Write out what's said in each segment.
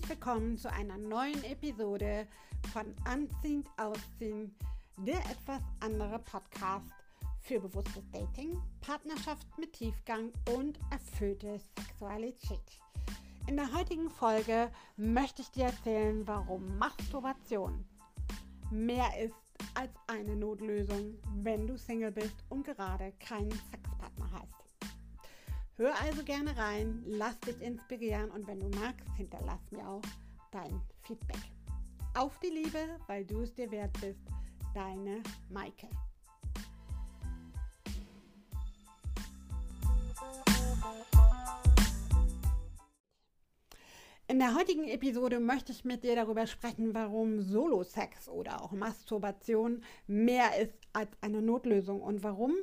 Herzlich willkommen zu einer neuen Episode von Anziehend Ausziehen, der etwas andere Podcast für bewusstes Dating, Partnerschaft mit Tiefgang und erfüllte Sexualität. In der heutigen Folge möchte ich dir erzählen, warum Masturbation mehr ist als eine Notlösung, wenn du Single bist und gerade keinen Sexpartner hast. Hör also gerne rein, lass dich inspirieren und wenn du magst, hinterlass mir auch dein Feedback. Auf die Liebe, weil du es dir wert bist, deine Maike. In der heutigen Episode möchte ich mit dir darüber sprechen, warum Solo-Sex oder auch Masturbation mehr ist als eine Notlösung und warum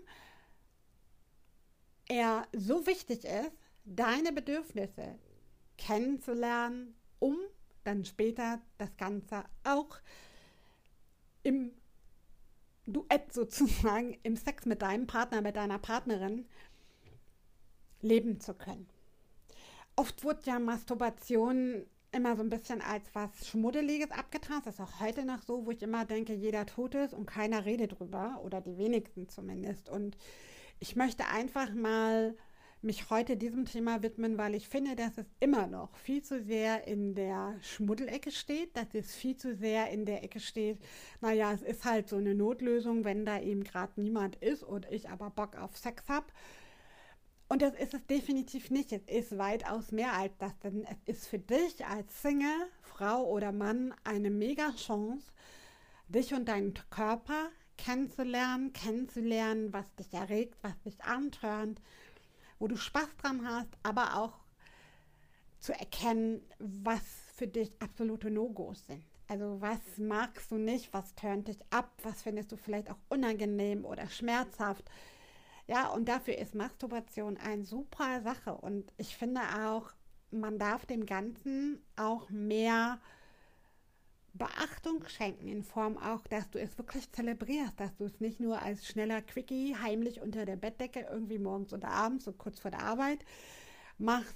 er so wichtig ist, deine Bedürfnisse kennenzulernen, um dann später das Ganze auch im Duett sozusagen, im Sex mit deinem Partner, mit deiner Partnerin leben zu können. Oft wird ja Masturbation immer so ein bisschen als was Schmuddeliges abgetan. Das ist auch heute noch so, wo ich immer denke, jeder tut es und keiner redet drüber oder die wenigsten zumindest. Und ich möchte einfach mal mich heute diesem Thema widmen, weil ich finde, dass es immer noch viel zu sehr in der Schmuddelecke steht, dass es viel zu sehr in der Ecke steht, naja, es ist halt so eine Notlösung, wenn da eben gerade niemand ist und ich aber Bock auf Sex habe. Und das ist es definitiv nicht. Es ist weitaus mehr als das, denn es ist für dich als Single, Frau oder Mann eine mega Chance, dich und deinen Körper kennenzulernen, was dich erregt, was dich antörnt, wo du Spaß dran hast, aber auch zu erkennen, was für dich absolute No-Gos sind. Also was magst du nicht, was tönt dich ab, was findest du vielleicht auch unangenehm oder schmerzhaft. Ja, und dafür ist Masturbation eine super Sache und ich finde auch, man darf dem Ganzen auch mehr Beachtung schenken, in Form auch, dass du es wirklich zelebrierst, dass du es nicht nur als schneller Quickie heimlich unter der Bettdecke irgendwie morgens oder abends, so kurz vor der Arbeit machst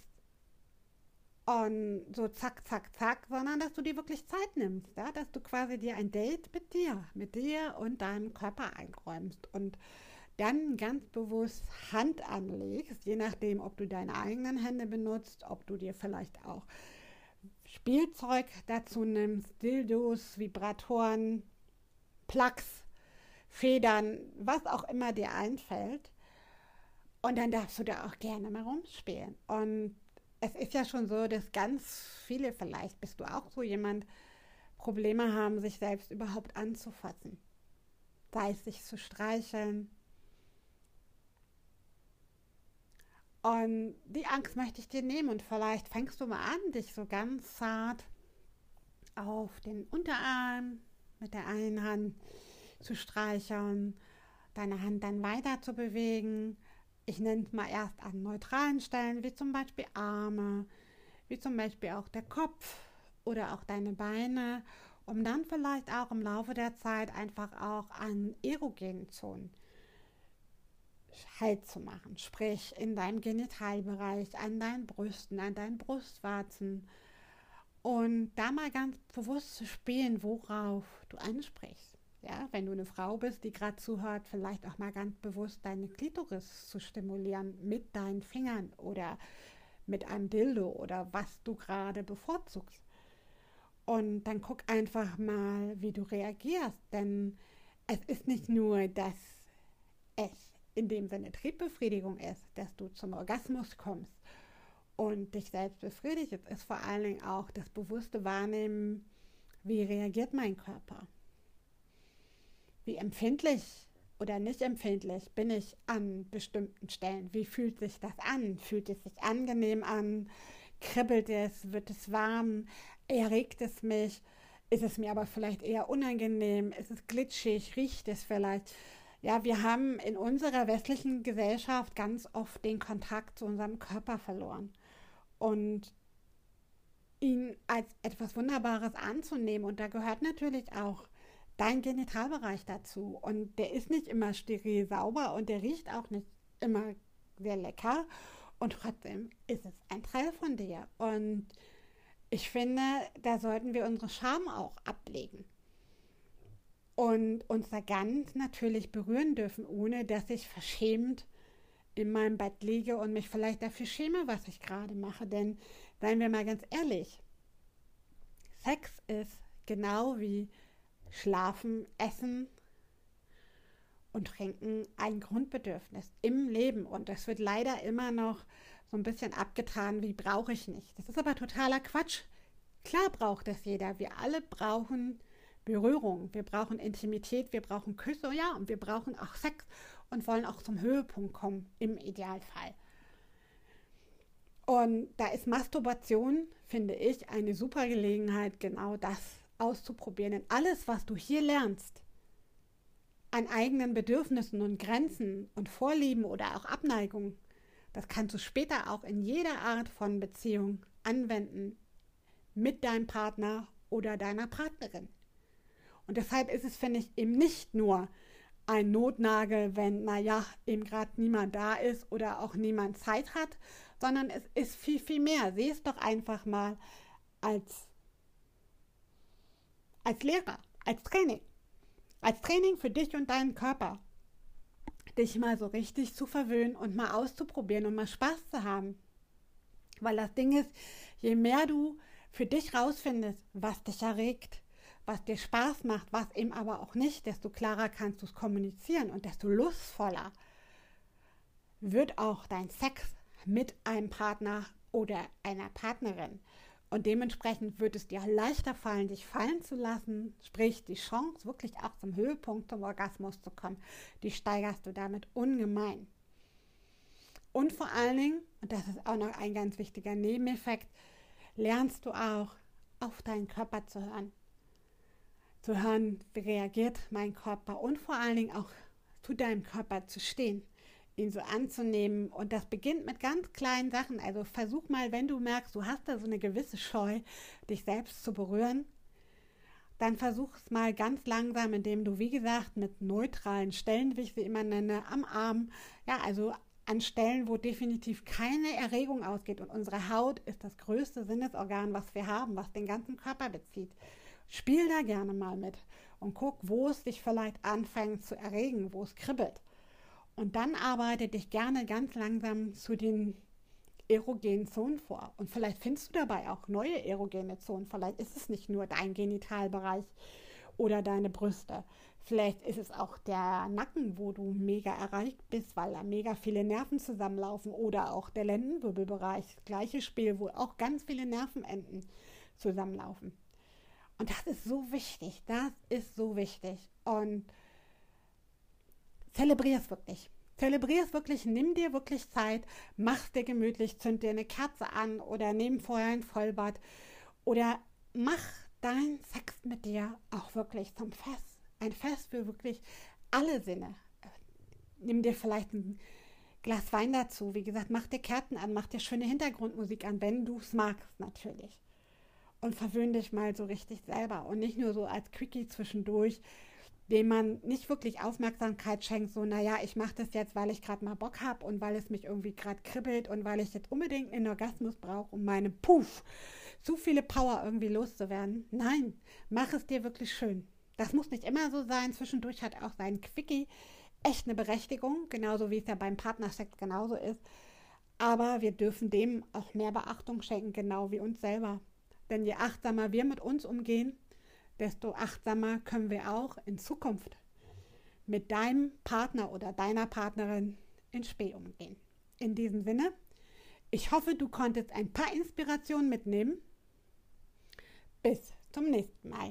und so zack, zack, zack, sondern dass du dir wirklich Zeit nimmst, ja? Dass du quasi dir ein Date mit dir und deinem Körper einräumst und dann ganz bewusst Hand anlegst, je nachdem, ob du deine eigenen Hände benutzt, ob du dir vielleicht auch Spielzeug dazu nimmst, Dildos, Vibratoren, Plugs, Federn, was auch immer dir einfällt. Und dann darfst du da auch gerne mal rumspielen. Und es ist ja schon so, dass ganz viele, vielleicht bist du auch so jemand, Probleme haben, sich selbst überhaupt anzufassen. Sei es sich zu streicheln. Und die Angst möchte ich dir nehmen und vielleicht fängst du mal an, dich so ganz zart auf den Unterarm mit der einen Hand zu streicheln, deine Hand dann weiter zu bewegen. Ich nenne es mal erst an neutralen Stellen, wie zum Beispiel Arme, wie zum Beispiel auch der Kopf oder auch deine Beine, um dann vielleicht auch im Laufe der Zeit einfach auch an erogenen Zonen Halt zu machen, sprich in deinem Genitalbereich, an deinen Brüsten, an deinen Brustwarzen und da mal ganz bewusst zu spielen, worauf du ansprichst. Ja, wenn du eine Frau bist, die gerade zuhört, vielleicht auch mal ganz bewusst deine Klitoris zu stimulieren mit deinen Fingern oder mit einem Dildo oder was du gerade bevorzugst. Und dann guck einfach mal, wie du reagierst, denn es ist nicht nur, dass es in dem Sinne Triebbefriedigung ist, dass du zum Orgasmus kommst und dich selbst befriedigst, ist vor allen Dingen auch das bewusste Wahrnehmen, wie reagiert mein Körper? Wie empfindlich oder nicht empfindlich bin ich an bestimmten Stellen? Wie fühlt sich das an? Fühlt es sich angenehm an? Kribbelt es? Wird es warm? Erregt es mich? Ist es mir aber vielleicht eher unangenehm? Ist es glitschig? Riecht es vielleicht? Ja, wir haben in unserer westlichen Gesellschaft ganz oft den Kontakt zu unserem Körper verloren. Und ihn als etwas Wunderbares anzunehmen. Und da gehört natürlich auch dein Genitalbereich dazu. Und der ist nicht immer steril sauber und der riecht auch nicht immer sehr lecker. Und trotzdem ist es ein Teil von dir. Und Ich finde, da sollten wir unsere Scham auch ablegen und uns da ganz natürlich berühren dürfen, ohne dass ich verschämt in meinem Bett liege und mich vielleicht dafür schäme, was ich gerade mache. Denn, seien wir mal ganz ehrlich, Sex ist genau wie Schlafen, Essen und Trinken ein Grundbedürfnis im Leben. Und das wird leider immer noch so ein bisschen abgetan, wie brauche ich nicht. Das ist aber totaler Quatsch. Klar braucht das jeder. Wir alle brauchen Berührung, wir brauchen Intimität, wir brauchen Küsse, ja, und wir brauchen auch Sex und wollen auch zum Höhepunkt kommen, im Idealfall. Und da ist Masturbation, finde ich, eine super Gelegenheit, genau das auszuprobieren. Denn alles, was du hier lernst, an eigenen Bedürfnissen und Grenzen und Vorlieben oder auch Abneigungen, das kannst du später auch in jeder Art von Beziehung anwenden, mit deinem Partner oder deiner Partnerin. Und deshalb ist es, finde ich, eben nicht nur ein Notnagel, wenn, eben gerade niemand da ist oder auch niemand Zeit hat, sondern es ist viel, viel mehr. Sieh es doch einfach mal als Lehrer, als Training. Als Training für dich und deinen Körper. Dich mal so richtig zu verwöhnen und mal auszuprobieren und mal Spaß zu haben. Weil das Ding ist, je mehr du für dich rausfindest, was dich erregt, was dir Spaß macht, was eben aber auch nicht, desto klarer kannst du es kommunizieren und desto lustvoller wird auch dein Sex mit einem Partner oder einer Partnerin. Und dementsprechend wird es dir leichter fallen, dich fallen zu lassen, sprich die Chance, wirklich auch zum Höhepunkt, zum Orgasmus zu kommen, die steigerst du damit ungemein. Und vor allen Dingen, und das ist auch noch ein ganz wichtiger Nebeneffekt, lernst du auch, auf deinen Körper zu hören. Zu hören, wie reagiert mein Körper und vor allen Dingen auch zu deinem Körper zu stehen, ihn so anzunehmen. Und das beginnt mit ganz kleinen Sachen. Also versuch mal, wenn du merkst, du hast da so eine gewisse Scheu, dich selbst zu berühren, dann versuch es mal ganz langsam, indem du, wie gesagt, mit neutralen Stellen, wie ich sie immer nenne, am Arm, ja, also an Stellen, wo definitiv keine Erregung ausgeht. Und unsere Haut ist das größte Sinnesorgan, was wir haben, was den ganzen Körper bezieht. Spiel da gerne mal mit und guck, wo es dich vielleicht anfängt zu erregen, wo es kribbelt. Und dann arbeite dich gerne ganz langsam zu den erogenen Zonen vor. Und vielleicht findest du dabei auch neue erogene Zonen. Vielleicht ist es nicht nur dein Genitalbereich oder deine Brüste. Vielleicht ist es auch der Nacken, wo du mega erreicht bist, weil da mega viele Nerven zusammenlaufen. Oder auch der Lendenwirbelbereich. Das gleiche Spiel, wo auch ganz viele Nervenenden zusammenlaufen. Und das ist so wichtig, Und zelebrier es wirklich. Nimm dir wirklich Zeit, mach dir gemütlich, zünd dir eine Kerze an oder nimm vorher ein Vollbad oder mach dein Sex mit dir auch wirklich zum Fest. Ein Fest für wirklich alle Sinne. Nimm dir vielleicht ein Glas Wein dazu. Wie gesagt, mach dir Kerzen an, mach dir schöne Hintergrundmusik an, wenn du es magst natürlich. Und verwöhn dich mal so richtig selber und nicht nur so als Quickie zwischendurch, dem man nicht wirklich Aufmerksamkeit schenkt, so, ich mache das jetzt, weil ich gerade mal Bock habe und weil es mich irgendwie gerade kribbelt und weil ich jetzt unbedingt einen Orgasmus brauche, um meine zu viele Power irgendwie loszuwerden. Nein, mach es dir wirklich schön. Das muss nicht immer so sein, zwischendurch hat auch sein Quickie echt eine Berechtigung, genauso wie es ja beim Partnersex genauso ist. Aber wir dürfen dem auch mehr Beachtung schenken, genau wie uns selber. Denn je achtsamer wir mit uns umgehen, desto achtsamer können wir auch in Zukunft mit deinem Partner oder deiner Partnerin in Spe umgehen. In diesem Sinne, ich hoffe, du konntest ein paar Inspirationen mitnehmen. Bis zum nächsten Mal.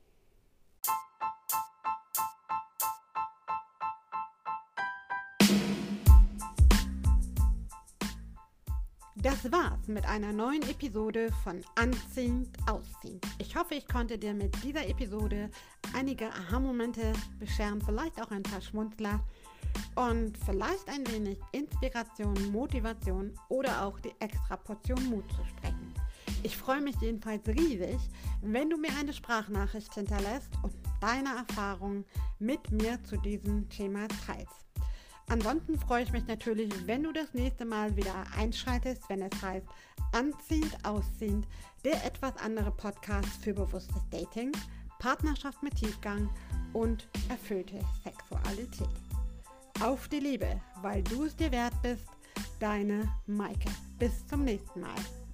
Das war's mit einer neuen Episode von Anziehend Ausziehend. Ich hoffe, ich konnte dir mit dieser Episode einige Aha-Momente bescheren, vielleicht auch ein paar Schmunzler und vielleicht ein wenig Inspiration, Motivation oder auch die extra Portion Mut zu sprechen. Ich freue mich jedenfalls riesig, wenn du mir eine Sprachnachricht hinterlässt und deine Erfahrungen mit mir zu diesem Thema teilst. Ansonsten freue ich mich natürlich, wenn du das nächste Mal wieder einschaltest, wenn es heißt Anziehend, Ausziehend, der etwas andere Podcast für bewusstes Dating, Partnerschaft mit Tiefgang und erfüllte Sexualität. Auf die Liebe, weil du es dir wert bist, deine Maike. Bis zum nächsten Mal.